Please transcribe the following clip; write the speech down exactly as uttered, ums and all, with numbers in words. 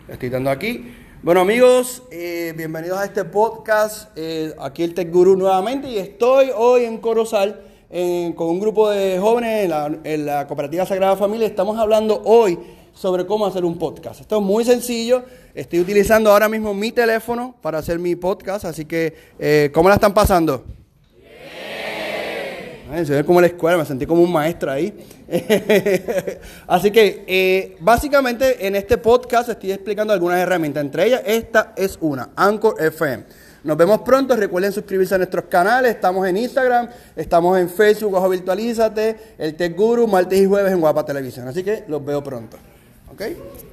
Estoy dando aquí. Bueno, amigos, eh, bienvenidos a este podcast. Eh, aquí el Tech Guru nuevamente y estoy hoy en Corozal eh, con un grupo de jóvenes en la, en la Cooperativa Sagrada Familia. Estamos hablando hoy sobre cómo hacer un podcast. Esto es muy sencillo. Estoy utilizando ahora mismo mi teléfono para hacer mi podcast, así que, eh, ¿cómo la están pasando? Bien. Se ve como la escuela, me sentí como un maestro ahí. Así que, eh, básicamente, en este podcast estoy explicando algunas herramientas. Entre ellas, esta es una, Anchor F M. Nos vemos pronto. Recuerden suscribirse a nuestros canales. Estamos en Instagram, estamos en Facebook, Ojo Virtualízate, el Tech Guru, martes y jueves en Guapa Televisión. Así que los veo pronto. ¿Ok?